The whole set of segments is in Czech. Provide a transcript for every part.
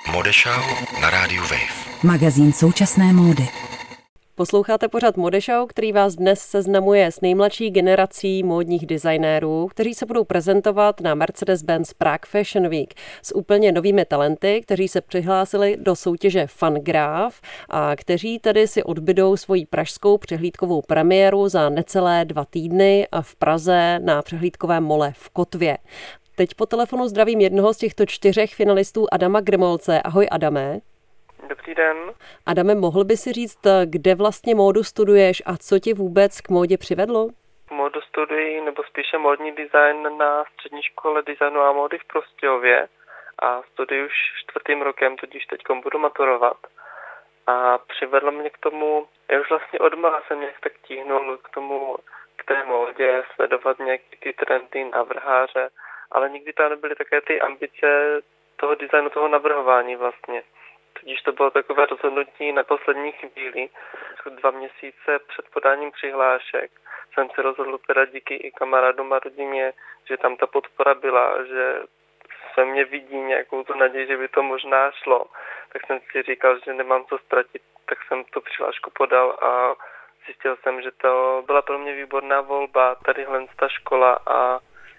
Modeshow na rádiu Wave. Magazín současné módy. Posloucháte pořad Modeshow, který vás dnes seznamuje s nejmladší generací módních designérů, kteří se budou prezentovat na Mercedes-Benz Prague Fashion Week s úplně novými talenty, kteří se přihlásili do soutěže Fangraph a kteří tedy si odbydou svoji pražskou přehlídkovou premiéru za necelé 2 týdny v Praze na přehlídkovém mole v Kotvě. Teď po telefonu zdravím jednoho z těchto 4 finalistů, Adama Grmolce. Ahoj, Adame. Dobrý den. Adame, mohl by si říct, kde vlastně módu studuješ a co tě vůbec k módě přivedlo? Módu studuji, nebo spíše módní design na střední škole designu a módy v Prostějově a studuji už 4. rokem, tudíž teď budu maturovat. A přivedlo mě k tomu, já už vlastně odmala jsem nějak tak tíhnul k té módě, sledovat nějaké ty trendy, navrháře, ale nikdy tam nebyly také ty ambice toho designu, toho navrhování vlastně. Tudíž to bylo takové rozhodnutí na poslední chvíli. 2 měsíce před podáním přihlášek jsem se rozhodl teda díky i kamarádům a rodině, že tam ta podpora byla, že se mě vidí nějakou tu naději, že by to možná šlo. Tak jsem si říkal, že nemám co ztratit, tak jsem tu přihlášku podal a zjistil jsem, že to byla pro mě výborná volba, tadyhle ta škola a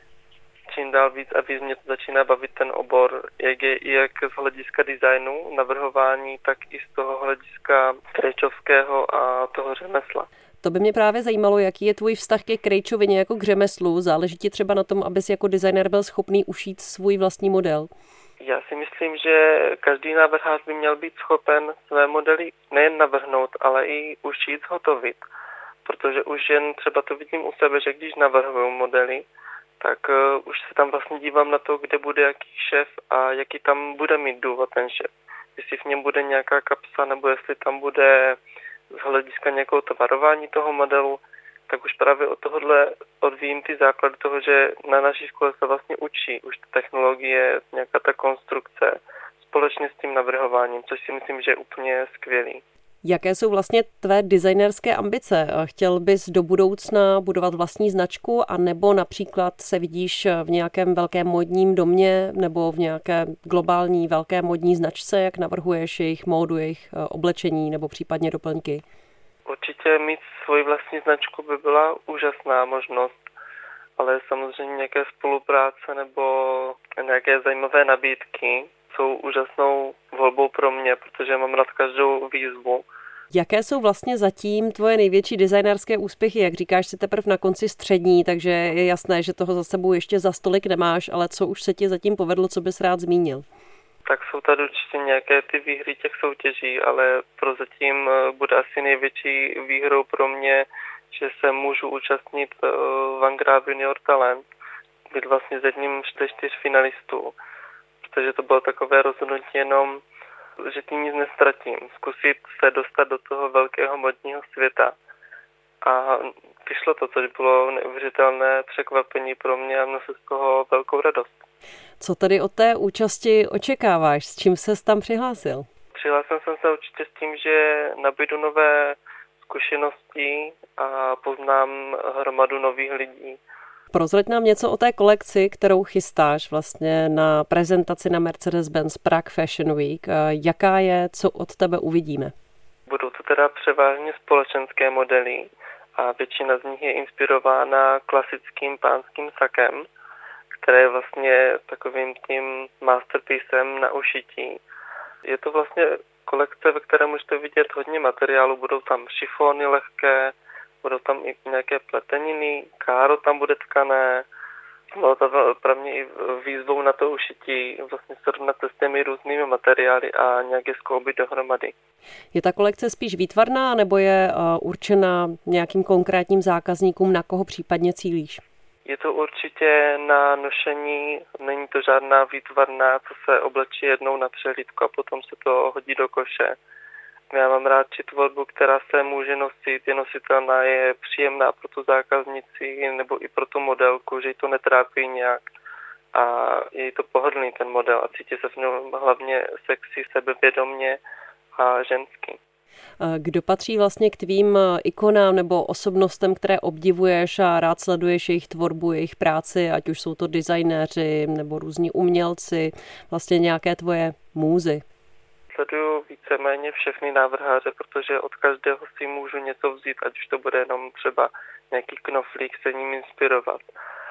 čím dál víc a víc mě to začíná bavit ten obor, jak z hlediska designu, navrhování, tak i z toho hlediska krejčovského a toho řemesla. To by mě právě zajímalo, jaký je tvůj vztah ke krejčovině jako k řemeslu. Záleží ti třeba na tom, abys jako designer byl schopný ušít svůj vlastní model? Já si myslím, že každý návrhář by měl být schopen své modely nejen navrhnout, ale i ušít, zhotovit. Protože už jen třeba to vidím u sebe, že když navrhuju modely, tak už se tam vlastně dívám na to, kde bude jaký šéf a jaký tam bude mít důvod ten šéf. Jestli v něm bude nějaká kapsa, nebo jestli tam bude z hlediska nějakého tvarování toho modelu, tak už právě od tohohle odvíjím ty základy toho, že na naší škole se vlastně učí už ta technologie, nějaká ta konstrukce společně s tím navrhováním, což si myslím, že je úplně skvělý. Jaké jsou vlastně tvé designerské ambice? Chtěl bys do budoucna budovat vlastní značku, anebo například se vidíš v nějakém velkém módním domě nebo v nějaké globální velké módní značce, jak navrhuješ jejich módu, jejich oblečení nebo případně doplňky? Určitě mít svoji vlastní značku by byla úžasná možnost, ale samozřejmě nějaké spolupráce nebo nějaké zajímavé nabídky jsou úžasnou volbou pro mě, protože mám rád každou výzvu. Jaké jsou vlastně zatím tvoje největší designerské úspěchy? Jak říkáš, si teprve na konci střední, takže je jasné, že toho za sebou ještě za stolik nemáš, ale co už se ti zatím povedlo, co bys rád zmínil? Tak jsou tady určitě nějaké ty výhry těch soutěží, ale prozatím bude asi největší výhrou pro mě, že se můžu účastnit Fangraph Junior Talent, být vlastně s jedním z 4 finalistů. Protože to bylo takové rozhodnutí jenom, že tím nic nestratím. Zkusit se dostat do toho velkého modního světa. A vyšlo to, což bylo neuvěřitelné překvapení pro mě a měl se z toho velkou radost. Co tedy od té účasti očekáváš? S čím ses tam přihlásil? Přihlásil jsem se určitě s tím, že nabídu nové zkušenosti a poznám hromadu nových lidí. Prozrať nám něco o té kolekci, kterou chystáš vlastně na prezentaci na Mercedes-Benz Prague Fashion Week. Jaká je, co od tebe uvidíme? Budou to teda převážně společenské modely a většina z nich je inspirována klasickým pánským sakem, které je vlastně takovým tím masterpiecem na ušití. Je to vlastně kolekce, ve které můžete vidět hodně materiálu, budou tam šifony lehké, budou tam i nějaké pleteniny, káro tam bude tkané. Bylo to pro mě i výzvou na to ušití, vlastně srovnat se s těmi různými materiály a nějak je skloubit dohromady. Je ta kolekce spíš výtvarná, nebo je určena nějakým konkrétním zákazníkům, na koho případně cílíš? Je to určitě na nošení, není to žádná výtvarná, co se oblečí jednou na přehlídku a potom se to hodí do koše. Já mám rád tvorbu, která se může nosit, je nositelná, je příjemná pro tu zákaznici nebo i pro tu modelku, že ji to netrápí nějak a je jí to pohodlný ten model a cítí se v něm hlavně sexy, sebevědomně a ženský. Kdo patří vlastně k tvým ikonám nebo osobnostem, které obdivuješ a rád sleduješ jejich tvorbu, jejich práci, ať už jsou to designéři nebo různí umělci, vlastně nějaké tvoje můzy? Sleduju víceméně všechny návrháře, protože od každého si můžu něco vzít, ať už to bude jenom třeba nějaký knoflík, se ním inspirovat.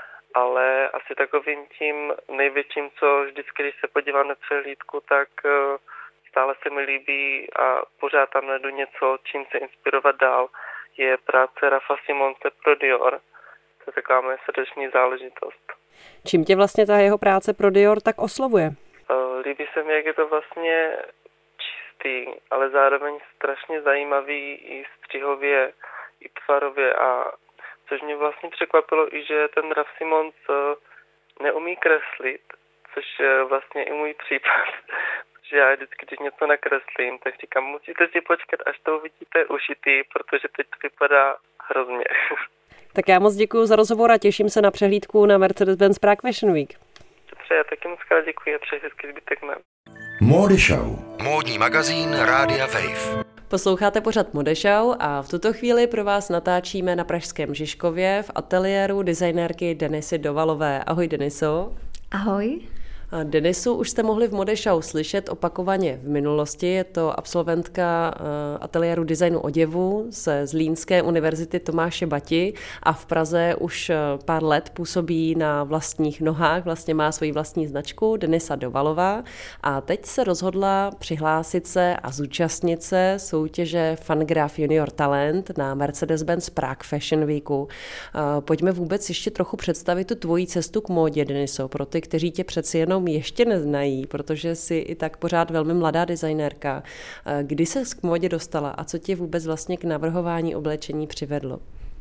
Ale asi takovým tím největším, co vždycky, když se podívám na přehlídku, tak stále se mi líbí a pořád tam najdu něco, čím se inspirovat dál, je práce Rafa Simonse pro Dior. To je taková moje srdeční záležitost. Čím tě vlastně ta jeho práce pro Dior tak oslovuje? Líbí se mi, jak je to vlastně čistý, ale zároveň strašně zajímavý i střihově, i tvarově, a což mě vlastně překvapilo i, že ten Raf Simons neumí kreslit, což je vlastně i můj případ. Že já vždycky, když něco nakreslím, tak říkám, musíte si počkat, až to uvidíte ušitý, protože teď to vypadá hrozně. Tak já moc děkuji za rozhovor a těším se na přehlídku na Mercedes-Benz Prague Fashion Week. Dobře, já taky moc krát děkuji a přeji hezký zbytek dne. Mody Show. Módní magazín Rádia Wave. Posloucháte pořad Mode Show a v tuto chvíli pro vás natáčíme na pražském Žižkově v ateliéru designérky Denisy Dovalové. Ahoj Deniso. Ahoj. Denisu už jste mohli v Mode Show slyšet opakovaně v minulosti. Je to absolventka ateliéru designu oděvu ze Zlínské univerzity Tomáše Bati a v Praze už pár let působí na vlastních nohách, vlastně má svoji vlastní značku Denisa Dovalová a teď se rozhodla přihlásit se a zúčastnit se soutěže Fangraph Junior Talent na Mercedes-Benz Prague Fashion Weeku. Pojďme vůbec ještě trochu představit tu tvoji cestu k módě, Deniso, pro ty, kteří tě přeci jenom ještě neznají, protože jsi i tak pořád velmi mladá designérka. Kdy ses k módě dostala a co tě vůbec vlastně k navrhování oblečení přivedlo?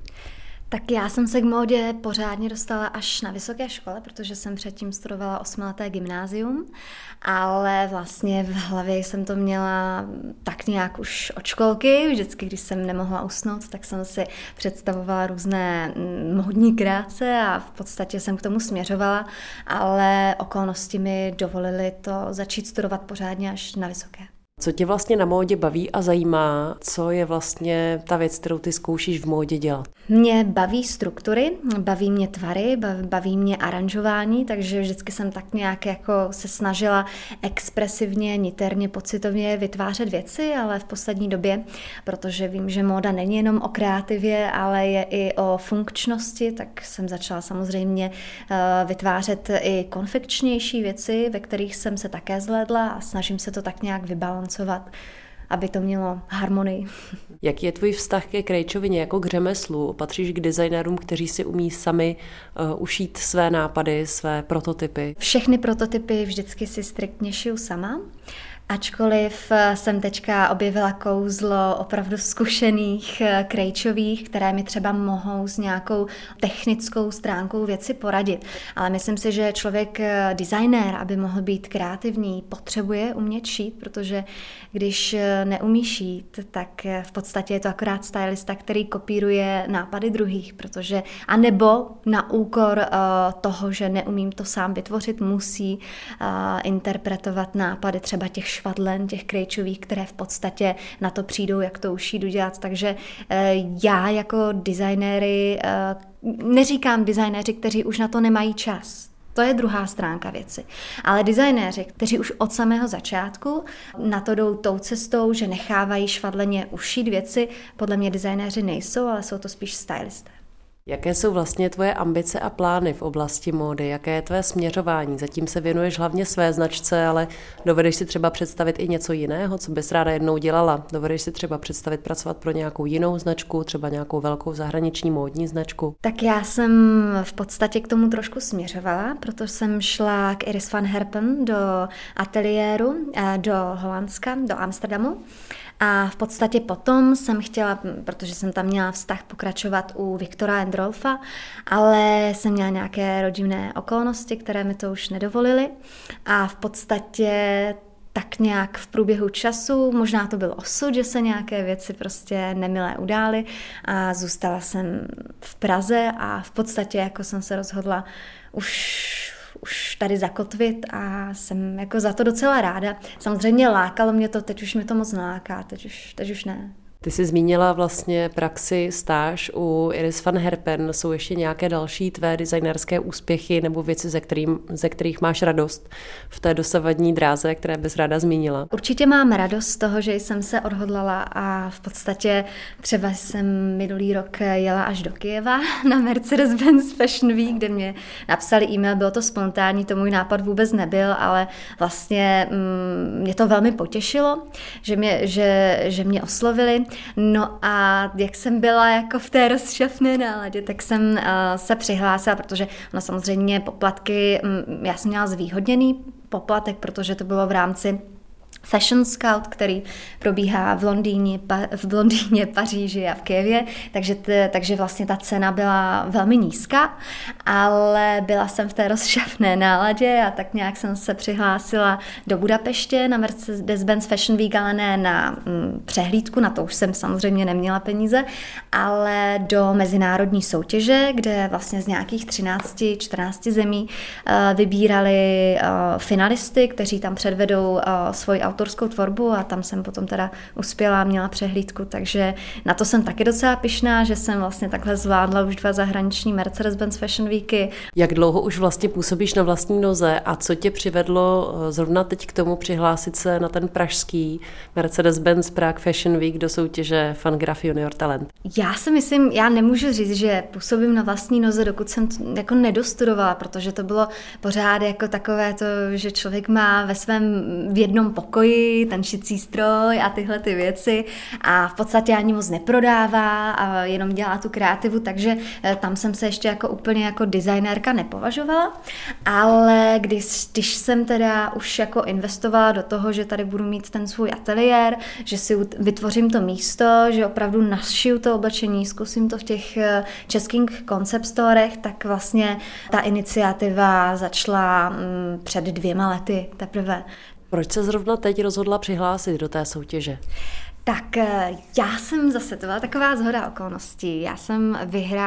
Tak já jsem se k módě pořádně dostala až na vysoké škole, protože jsem předtím studovala 8leté gymnázium, ale vlastně v hlavě jsem to měla tak nějak už od školky. Vždycky, když jsem nemohla usnout, tak jsem si představovala různé módní kreace a v podstatě jsem k tomu směřovala, ale okolnosti mi dovolily to začít studovat pořádně až na vysoké. Co tě vlastně na módě baví a zajímá? Co je vlastně ta věc, kterou ty zkoušíš v módě dělat? Mě baví struktury, baví mě tvary, baví mě aranžování, takže vždycky jsem tak nějak jako se snažila expresivně, niterně, pocitově vytvářet věci, ale v poslední době, protože vím, že móda není jenom o kreativě, ale je i o funkčnosti, tak jsem začala samozřejmě vytvářet i konfekčnější věci, ve kterých jsem se také zhlédla a snažím se to tak nějak vybalancovat, aby to mělo harmonii. Jaký je tvůj vztah ke krejčovině jako k řemeslu? Patříš k designérům, kteří si umí sami ušít své nápady, své prototypy? Všechny prototypy vždycky si striktně šiju sama. Ačkoliv jsem teďka objevila kouzlo opravdu zkušených krejčových, které mi třeba mohou s nějakou technickou stránkou věci poradit. Ale myslím si, že člověk, designér, aby mohl být kreativní, potřebuje umět šít, protože když neumí šít, tak v podstatě je to akorát stylista, který kopíruje nápady druhých, protože anebo na úkor toho, že neumím to sám vytvořit, musí interpretovat nápady třeba těch švadlen, těch krejčových, které v podstatě na to přijdou, jak to ušít udělat. Takže já jako designéry, neříkám designéři, kteří už na to nemají čas. To je druhá stránka věci. Ale designéři, kteří už od samého začátku na to jdou tou cestou, že nechávají švadleně ušít věci, podle mě designéři nejsou, ale jsou to spíš stylisté. Jaké jsou vlastně tvoje ambice a plány v oblasti módy? Jaké je tvé směřování? Zatím se věnuješ hlavně své značce, ale dovedeš si třeba představit i něco jiného, co bys ráda jednou dělala? Dovedeš si třeba představit pracovat pro nějakou jinou značku, třeba nějakou velkou zahraniční módní značku? Tak já jsem v podstatě k tomu trošku směřovala, proto jsem šla k Iris van Herpen do ateliéru, do Holandska, do Amsterdamu. A v podstatě potom jsem chtěla, protože jsem tam měla vztah, pokračovat u Viktora and Rolfa, ale jsem měla nějaké rodinné okolnosti, které mi to už nedovolily. A v podstatě tak nějak v průběhu času, možná to byl osud, že se nějaké věci prostě nemilé udály a zůstala jsem v Praze a v podstatě jako jsem se rozhodla už tady zakotvit a jsem jako za to docela ráda. Samozřejmě lákalo mě to, teď už mi to moc neláká, teď už ne. Ty jsi zmínila vlastně praxi, stáž u Iris van Herpen. Jsou ještě nějaké další tvé designerské úspěchy nebo věci, ze kterých máš radost v té dosavadní dráze, které bys ráda zmínila? Určitě mám radost z toho, že jsem se odhodlala a v podstatě třeba jsem minulý rok jela až do Kyjeva na Mercedes-Benz Fashion Week, kde mě napsali e-mail, bylo to spontánní, to můj nápad vůbec nebyl, ale vlastně mě to velmi potěšilo, že mě oslovili. No a jak jsem byla jako v té rozšafné náladě, tak jsem se přihlásila, protože ono samozřejmě poplatky, já jsem měla zvýhodněný poplatek, protože to bylo v rámci Fashion Scout, který probíhá v Londýně, Paříži a v Kyjevě, takže vlastně ta cena byla velmi nízká, ale byla jsem v té rozšafné náladě a tak nějak jsem se přihlásila do Budapeště na Mercedes-Benz Fashion Week, ale ne na přehlídku, na to už jsem samozřejmě neměla peníze, ale do mezinárodní soutěže, kde vlastně z nějakých 13-14 zemí vybírali finalisty, kteří tam předvedou svoji autorskou tvorbu a tam jsem potom teda uspěla, měla přehlídku, takže na to jsem taky docela pyšná, že jsem vlastně takhle zvládla už 2 zahraniční Mercedes-Benz Fashion Weeky. Jak dlouho už vlastně působíš na vlastní noze a co tě přivedlo zrovna teď k tomu přihlásit se na ten pražský Mercedes-Benz Prague Fashion Week do soutěže Fangraph Junior Talent? Já si myslím, já nemůžu říct, že působím na vlastní noze, dokud jsem jako nedostudovala, protože to bylo pořád jako takové to, že člověk má ve svém v jednom pokoji ten šicí stroj a tyhle ty věci a v podstatě ani moc neprodává a jenom dělá tu kreativu, takže tam jsem se ještě jako úplně jako designérka nepovažovala, ale když jsem teda už jako investovala do toho, že tady budu mít ten svůj ateliér, že si vytvořím to místo, že opravdu našiju to oblečení, zkusím to v těch českých concept storech, tak vlastně ta iniciativa začala před 2 lety teprve. Proč se zrovna teď rozhodla přihlásit do té soutěže? Tak já jsem zase, to byla taková shoda okolností. Já jsem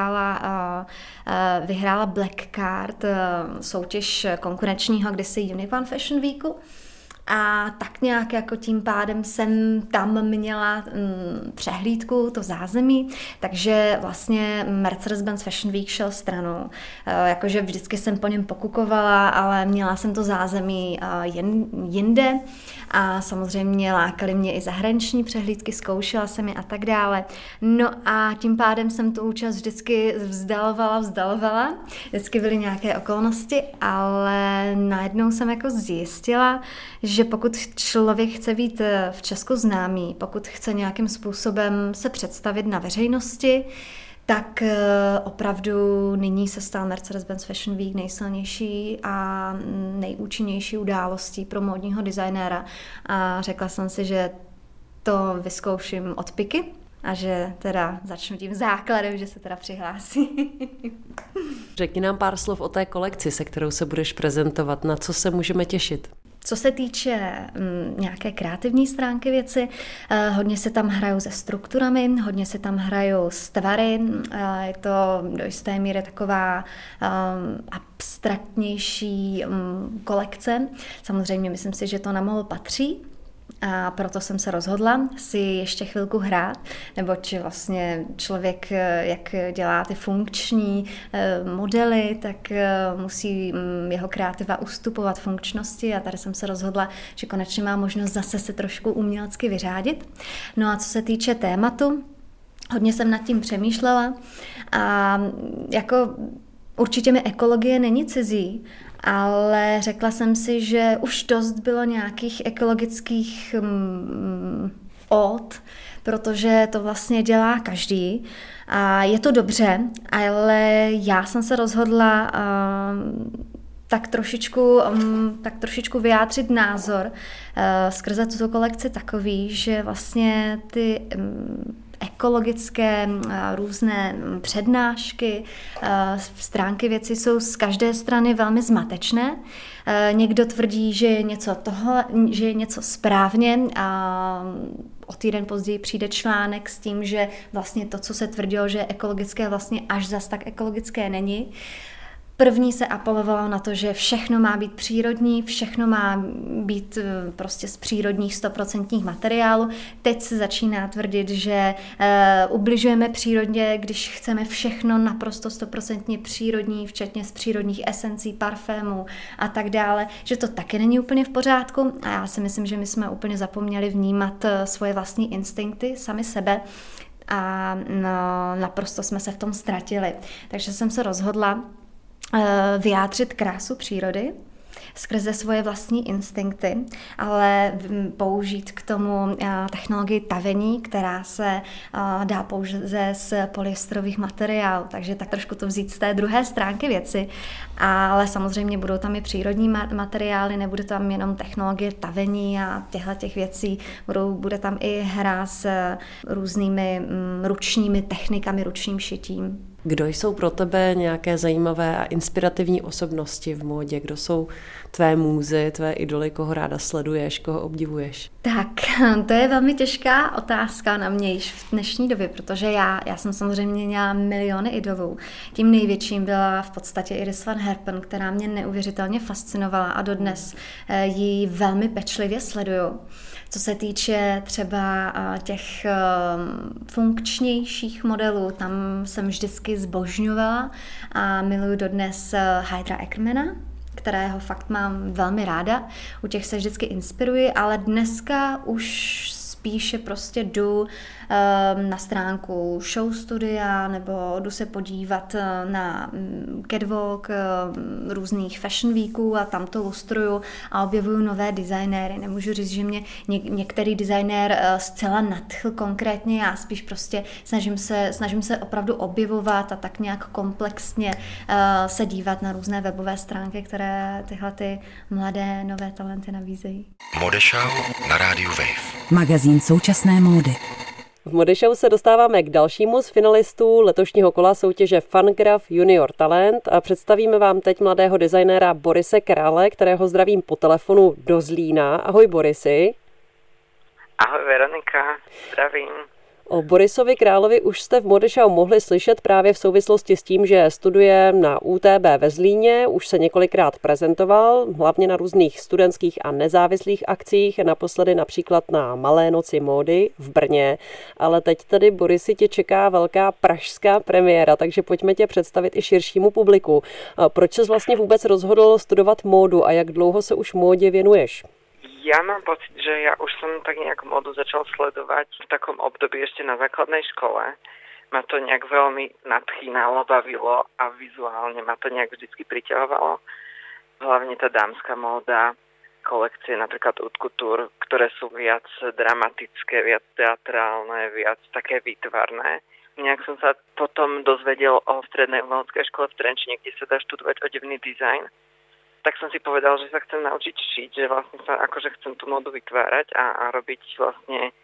vyhrála Black Card, soutěž konkurenčního kdysi Unicorn Fashion Weeku. A tak nějak jako tím pádem jsem tam měla přehlídku, to zázemí, takže vlastně Mercedes-Benz Fashion Week šel stranou. Jakože vždycky jsem po něm pokukovala, ale měla jsem to zázemí jinde a samozřejmě lákaly mě i zahraniční přehlídky, zkoušela jsem je a tak dále. No a tím pádem jsem tu účast vždycky vzdalovala. Vždycky byly nějaké okolnosti, ale najednou jsem jako zjistila, že pokud člověk chce být v Česku známý, pokud chce nějakým způsobem se představit na veřejnosti, tak opravdu nyní se stal Mercedes-Benz Fashion Week nejsilnější a nejúčinnější událostí pro módního designéra. A řekla jsem si, že to vyzkouším od piky a že teda začnu tím základem, že se teda přihlásí. Řekni nám pár slov o té kolekci, se kterou se budeš prezentovat. Na co se můžeme těšit? Co se týče nějaké kreativní stránky věci, hodně se tam hrajou se strukturami, hodně se tam hrajou s tvary, je to do jisté míry taková abstraktnější kolekce. Samozřejmě myslím si, že to na MOL patří. A proto jsem se rozhodla si ještě chvilku hrát, neboť vlastně člověk, jak dělá ty funkční modely, tak musí jeho kreativa ustupovat funkčnosti a tady jsem se rozhodla, že konečně mám možnost zase se trošku umělecky vyřádit. No a co se týče tématu, hodně jsem nad tím přemýšlela a jako určitě mi ekologie není cizí, ale řekla jsem si, že už dost bylo nějakých ekologických ód, protože to vlastně dělá každý a je to dobře, ale já jsem se rozhodla tak trošičku vyjádřit názor skrze tuto kolekci takový, že vlastně ty ekologické různé přednášky, stránky věci jsou z každé strany velmi zmatečné. Někdo tvrdí, že je něco správně a o týden později přijde článek s tím, že vlastně to, co se tvrdilo, že je ekologické, vlastně až zas tak ekologické není. První se apelovalo na to, že všechno má být přírodní, všechno má být prostě z přírodních 100% materiálů. Teď se začíná tvrdit, že ubližujeme přírodě, když chceme všechno naprosto 100% přírodní, včetně z přírodních esencí, parfémů a tak dále, že to taky není úplně v pořádku a já si myslím, že my jsme úplně zapomněli vnímat svoje vlastní instinkty, sami sebe a naprosto jsme se v tom ztratili. Takže jsem se rozhodla vyjádřit krásu přírody skrze svoje vlastní instinkty, ale použít k tomu technologii tavení, která se dá pouze z polyesterových materiálů, takže tak trošku to vzít z té druhé stránky věci, ale samozřejmě budou tam i přírodní materiály, nebude tam jenom technologie tavení a těch věcí, bude tam i hra s různými ručními technikami, ručním šitím. Kdo jsou pro tebe nějaké zajímavé a inspirativní osobnosti v módě? Kdo jsou tvé můzy, tvé idoly, koho ráda sleduješ, koho obdivuješ? Tak, to je velmi těžká otázka na mě již v dnešní době, protože já jsem samozřejmě měla miliony idolů. Tím největším byla v podstatě Iris van Herpen, která mě neuvěřitelně fascinovala a dodnes ji velmi pečlivě sleduju. Co se týče třeba těch funkčnějších modelů, tam jsem vždycky zbožňovala a miluju dodnes Hydra Ackermana, kterého fakt mám velmi ráda. U těch se vždycky inspiruji, ale dneska už spíše prostě jdu na stránku show studia nebo jdu se podívat na catwalk různých fashion weeků a tam to lustruju a objevuju nové designéry. Nemůžu říct, že mě některý designér zcela nadchl konkrétně, já spíš prostě snažím se opravdu objevovat a tak nějak komplexně se dívat na různé webové stránky, které tyhle ty mladé nové talenty nabízejí. Modeshow na rádiu Wave. Magazín současné módy. V Modeshow se dostáváme k dalšímu z finalistů letošního kola soutěže Fangraph Junior Talent a představíme vám teď mladého designéra Borise Krále, kterého zdravím po telefonu do Zlína. Ahoj Borisi. Ahoj Veronika, zdravím. O Borisovi Královi už jste v Modeshow mohli slyšet právě v souvislosti s tím, že studuje na UTB ve Zlíně, už se několikrát prezentoval, hlavně na různých studentských a nezávislých akcích, naposledy například na Malé noci módy v Brně, ale teď tady Borisi tě čeká velká pražská premiéra, takže pojďme tě představit i širšímu publiku. Proč ses vlastně vůbec rozhodl studovat módu a jak dlouho se už módě věnuješ? Ja mám pocit, že ja už som tak nejak módu začal sledovať v takom období ešte na základnej škole. Ma to nejak veľmi nadchýnalo, bavilo a vizuálne ma to nejak vždycky priťahovalo. Hlavne tá dámska móda, kolekcie napríklad Haute Couture, ktoré sú viac dramatické, viac teatrálne, viac také výtvarné. Nejak som sa potom dozvedel o strednej umeleckej škole v Trenčine, kde sa dá študovať odevný dizajn. Tak som si povedal, že sa chcem naučiť šiť, že vlastne sa akože chcem tú modu vytvárať a robiť vlastne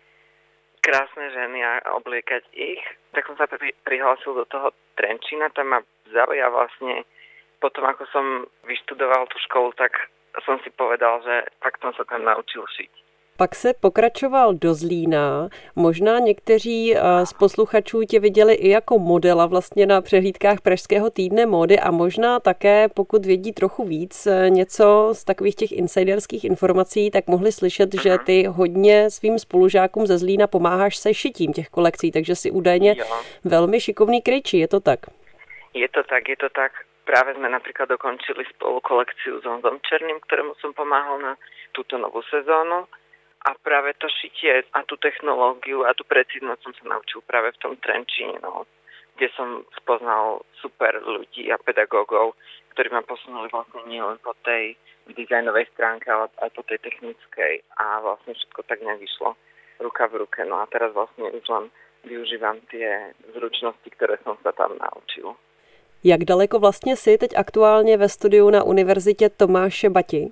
krásne ženy a obliekať ich. Tak som sa prihlásil do toho Trenčína, tam ma vzali a vlastne potom ako som vyštudoval tú školu, tak som si povedal, že fakt som sa tam naučil šiť. Pak se pokračoval do Zlína. Možná někteří z posluchačů tě viděli i jako modela vlastně na přehlídkách Pražského týdne módy a možná také, pokud vědí trochu víc něco z takových těch insiderských informací, tak mohli slyšet, že ty hodně svým spolužákům ze Zlína pomáháš se šitím těch kolekcí, takže si údajně velmi šikovný kryjči, je to tak? Je to tak. Práve sme napríklad dokončili spolu kolekciu s Honzom Černým, ktorému som pomáhal na túto novú sezónu. A práve to šitie a tú technológiu a tú precíznosť som sa naučil práve v tom Trenčíne, kde som spoznal super ľudí a pedagógov, ktorí ma posunuli vlastne nielen po tej dizajnovej stránke, ale aj po tej technickej a vlastne všetko tak nejak išlo ruka v ruke. No a teraz vlastne už len využívam tie zručnosti, ktoré som sa tam naučil. Jak daleko vlastně jsi teď aktuálně ve studiu na Univerzitě Tomáše Bati?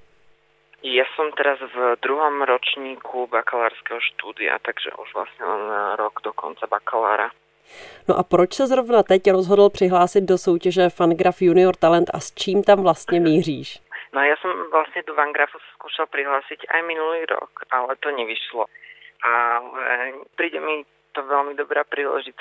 Ja som teraz v 2. ročníku bakalárskeho štúdia, takže už vlastne len rok do konca bakalára. No a proč se zrovna teď rozhodl přihlásit do soutěže Fangraph Junior Talent a s čím tam vlastně míříš? No ja som vlastne do Fangraphu sa skúšal prihlásiť aj minulý rok, ale to nevyšlo. Ale príde mi to veľmi dobrá príležitosť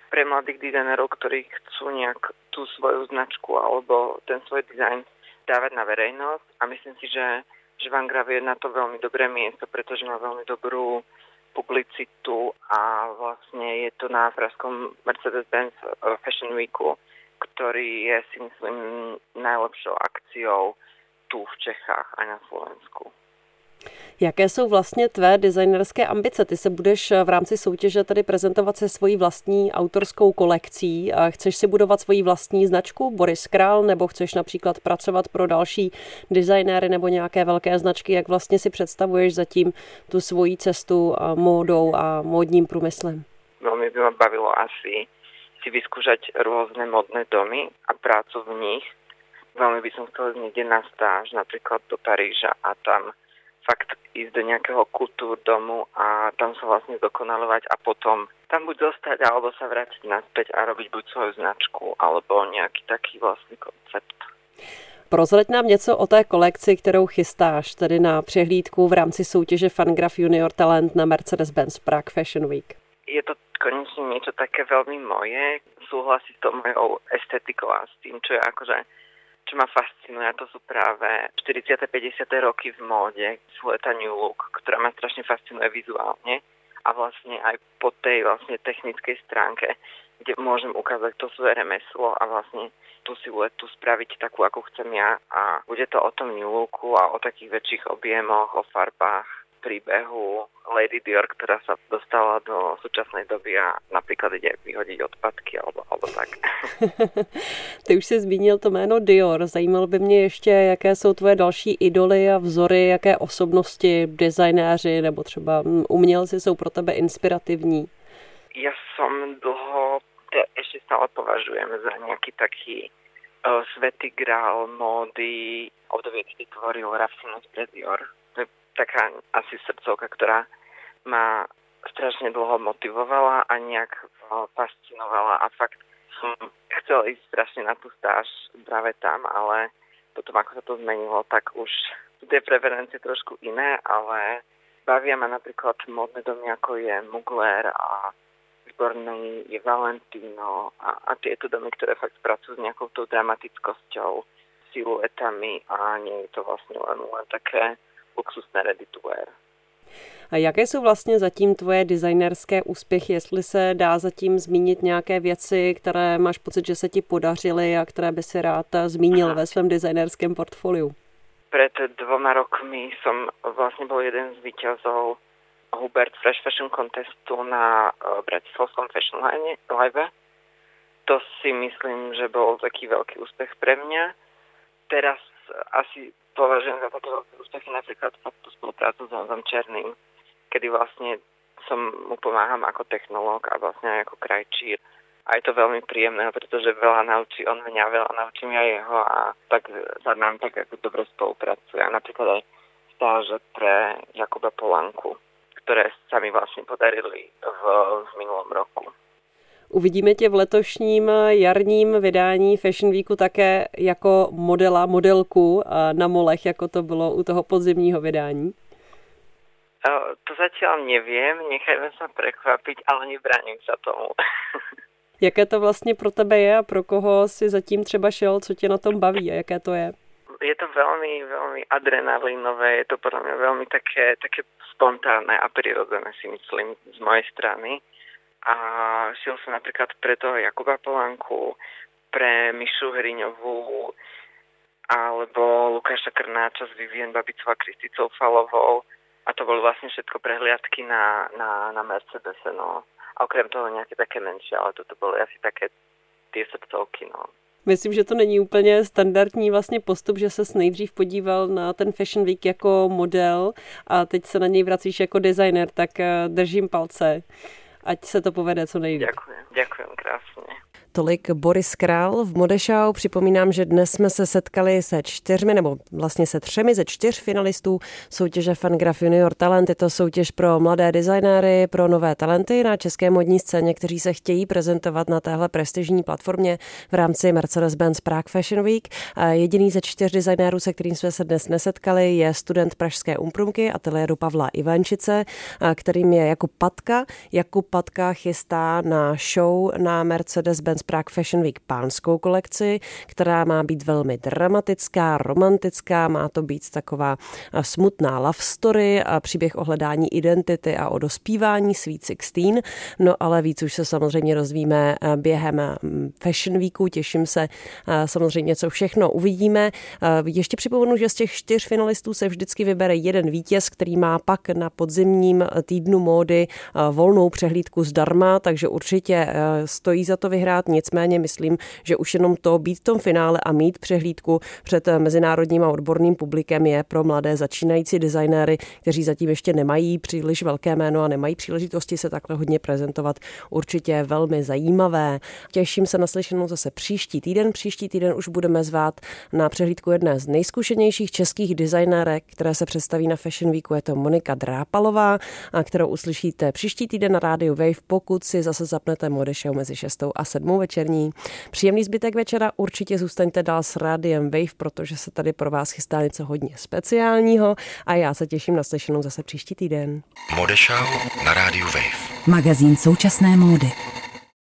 pre mladých dizajnerov, ktorí chcú nejak tú svoju značku alebo ten svoj dizajn dávať na verejnosť. A myslím si, že Van Graff je na to veľmi dobré miesto, pretože má veľmi dobrú publicitu a vlastne je to na pražskom Mercedes-Benz Fashion Weeku, ktorý je, si myslím, najlepšou akciou tu v Čechách a na Slovensku. Jaké jsou vlastně tvé designerské ambice? Ty se budeš v rámci soutěže tady prezentovat se svojí vlastní autorskou kolekcí. Chceš si budovat svoji vlastní značku Boris Král, nebo chceš například pracovat pro další designéry nebo nějaké velké značky? Jak vlastně si představuješ zatím tu svoji cestu módou a módním průmyslem? Veľmi by ma bavilo asi si vyskúšať rôzne modné domy a prácu v nich. Veľmi by som chcela niekde na stáž, napríklad do Paríža a tam fakt ísť do nejakého kultúrdomu a tam sa vlastne zdokonalovať a potom tam buď zostať, alebo sa vrátiť naspäť a robiť buď svoju značku, alebo nejaký taký vlastný koncept. Prozrať nám něco o té kolekci, kterou chystáš, tedy na přehlídku v rámci soutěže Van Graff Junior Talent na Mercedes-Benz Prague Fashion Week. Je to konečne niečo také veľmi moje, súhlasí s tou mojou estetikou a s tým, čo je akože čo ma fascinuje, to sú práve 40. 50. roky v móde, silhueta New Look, ktorá ma strašne fascinuje vizuálne a vlastne aj po tej vlastne technickej stránke, kde môžem ukázať to svoje remeslo a vlastne tú siluetu spraviť takú, ako chcem ja a bude to o tom New Looku a o takých väčších objemoch, o farbách, príbehu Lady Dior, ktorá sa dostala do súčasnej doby a napríklad ide vyhodiť odpadky alebo tak. Ty už jsi zmínil to jméno Dior. Zajímalo by mě ještě, jaké jsou tvoje další idoly a vzory, jaké osobnosti, designéři nebo třeba umělci jsou pro tebe inspirativní. Ja som dlho, ešte stále považujem za nejaký taký svätý grál módy, obdobie, kedy tvoril Raf Simons pre Dior. To je taká asi srdcovka, ktorá ma strašne dlho motivovala a nejak fascinovala a fakt som chcela ísť strašne na tú stáž práve tam, ale potom ako sa to zmenilo, tak už sú tie preferencie trošku iné, ale bavia ma napríklad módne domy, ako je Mugler a výborný je Valentino a tieto domy, ktoré fakt pracujú s nejakou tou dramatickosťou, siluetami a nie je to vlastne len také luxusné ready to wear. A jaké jsou vlastně zatím tvoje designerské úspěchy, jestli se dá zatím zmínit nějaké věci, které máš pocit, že se ti podařily a které by si rád zmínil ve svém designerském portfoliu? Pred 2 rokmi som vlastne bol jeden z víťazov Hubert Fresh Fashion Contestu na Bratislavskom Fashion Live. To si myslím, že bol taký veľký úspech pre mňa. Teraz asi považujem za také veľké úspechy napríklad tú spoluprácu s Honzom Černým, kedy vlastne mu pomáham ako technológ a vlastne aj ako krajčír. A je to veľmi príjemné, pretože veľa naučí on mňa, veľa naučím ja jeho a tak sa nám tak ako dobre spolupracuje. A napríklad aj stáže pre Jakuba Polanku, ktoré sa mi vlastne podarili v minulom roku. Uvidíme tě v letošním jarním vydání Fashion Weeku také jako modelku na molech, jako to bylo u toho podzimního vydání? To zatiaľ neviem, nechajme sa prekvapiť, ale nebránim sa tomu. Jaké to vlastně pro tebe je a pro koho si zatím třeba šel, co tě na tom baví a jaké to je? Je to veľmi, veľmi adrenalinové, je to podľa mňa veľmi také spontánne a prirodzené, si myslím, z mojej strany. A šiel som napríklad pre toho Jakuba Polanku, pre Mišu Hriňovú, alebo Lukáša Krnáča s Vivien Babicou a Kristicou Falovou. A to boli vlastne všetko prehliadky na Mercedese, no. A okrem toho nejaké také menšie, ale toto boli asi také tie srdcovky, no. Myslím, že to není úplně standardní vlastně postup, že ses nejdřív podíval na ten Fashion Week jako model a teď se na něj vracíš jako designer, tak držím palce, ať se to povede co nejvíc. Ďakujem krásne. Tolik Boris Král v Modeshow. Připomínám, že dnes jsme se setkali se 3 ze 4 finalistů soutěže Fangraph Junior Talent. Je to soutěž pro mladé designéry, pro nové talenty na české modní scéně, kteří se chtějí prezentovat na téhle prestižní platformě v rámci Mercedes-Benz Prague Fashion Week. Jediný ze 4 designérů, se kterým jsme se dnes nesetkali, je student pražské Umprumky ateliéru Pavla Ivančice, kterým je Jakub Patka chystá na show na Mercedes-Benz Prague Fashion Week pánskou kolekci, která má být velmi dramatická, romantická, má to být taková smutná love story a příběh o hledání identity a o dospívání Sweet 16. No ale víc už se samozřejmě rozvíme během Fashion Weeku, těším se samozřejmě, co všechno uvidíme. Ještě připomenu, že z těch 4 finalistů se vždycky vybere jeden vítěz, který má pak na podzimním týdnu módy volnou přehlídku zdarma, takže určitě stojí za to vyhrát, nicméně myslím, že už jenom to být v tom finále a mít přehlídku před mezinárodním a odborným publikem je pro mladé začínající designéry, kteří zatím ještě nemají příliš velké jméno a nemají příležitosti se takhle hodně prezentovat, určitě velmi zajímavé. Těším se na slyšenou zase příští týden. Příští týden už budeme zvát na přehlídku jedné z nejzkušenějších českých designérek, které se představí na Fashion Weeku. Je to Monika Drápalová, kterou uslyšíte příští týden na rádiu Wave, pokud si zase zapnete Modeshow mezi 6 a 7 večerní. Příjemný zbytek večera, určitě zůstaňte dál s rádiem Wave, protože se tady pro vás chystá něco hodně speciálního a já se těším na slyšenou zase příští týden. Modeshow na rádiu Wave. Magazín současné módy.